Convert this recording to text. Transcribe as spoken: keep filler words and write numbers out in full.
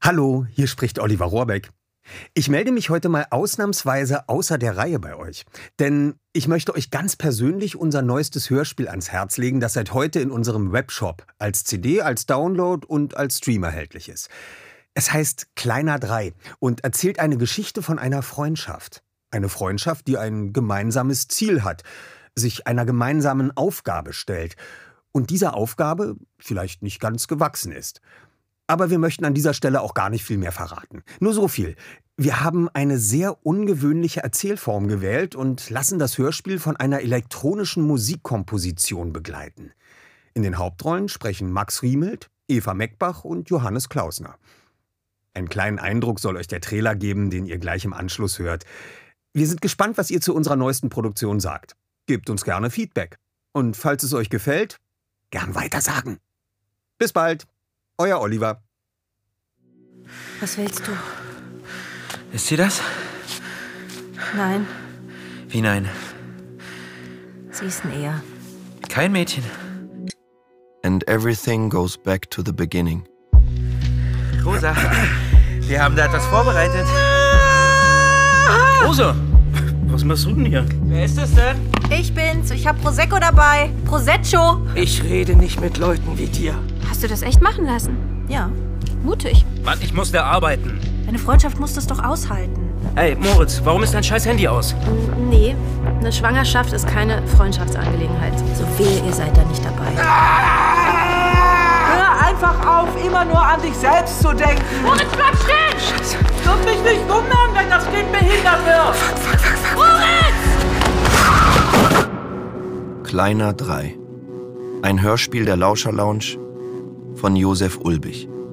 Hallo, hier spricht Oliver Rohrbeck. Ich melde mich heute mal ausnahmsweise außer der Reihe bei euch. Denn ich möchte euch ganz persönlich unser neuestes Hörspiel ans Herz legen, das seit heute in unserem Webshop als C D, als Download und als Stream erhältlich ist. Es heißt Kleiner drei und erzählt eine Geschichte von einer Freundschaft. Eine Freundschaft, die ein gemeinsames Ziel hat, sich einer gemeinsamen Aufgabe stellt und dieser Aufgabe vielleicht nicht ganz gewachsen ist. Aber wir möchten an dieser Stelle auch gar nicht viel mehr verraten. Nur so viel. Wir haben eine sehr ungewöhnliche Erzählform gewählt und lassen das Hörspiel von einer elektronischen Musikkomposition begleiten. In den Hauptrollen sprechen Max Riemelt, Eva Meckbach und Johannes Klausner. Einen kleinen Eindruck soll euch der Trailer geben, den ihr gleich im Anschluss hört. Wir sind gespannt, was ihr zu unserer neuesten Produktion sagt. Gebt uns gerne Feedback. Und falls es euch gefällt, gern weitersagen. Bis bald. Euer Oliver. Was willst du? Ist sie das? Nein, Wie nein? sie ist ein Er. Kein Mädchen. And everything goes back to the beginning. Rosa, wir haben da etwas vorbereitet. Rosa, was machst du denn hier? Wer ist das denn? Ich bin's. Ich hab Prosecco dabei. Prosecco. Ich rede nicht mit Leuten wie dir. Hast du das echt machen lassen? Ja, Mutig. Mann, ich musste arbeiten. eine Freundschaft musst du es doch aushalten. Ey, Moritz, warum ist dein scheiß Handy aus? Nee, eine Schwangerschaft ist keine Freundschaftsangelegenheit. So wehe, ihr seid da nicht dabei. Hör einfach auf, immer nur an dich selbst zu denken. Moritz, bleib stehen! Scheiße. Wird mich nicht wundern, wenn das Kind behindert wird. Kleiner drei. Ein Hörspiel der Lauscher Lounge von Josef Ulbich.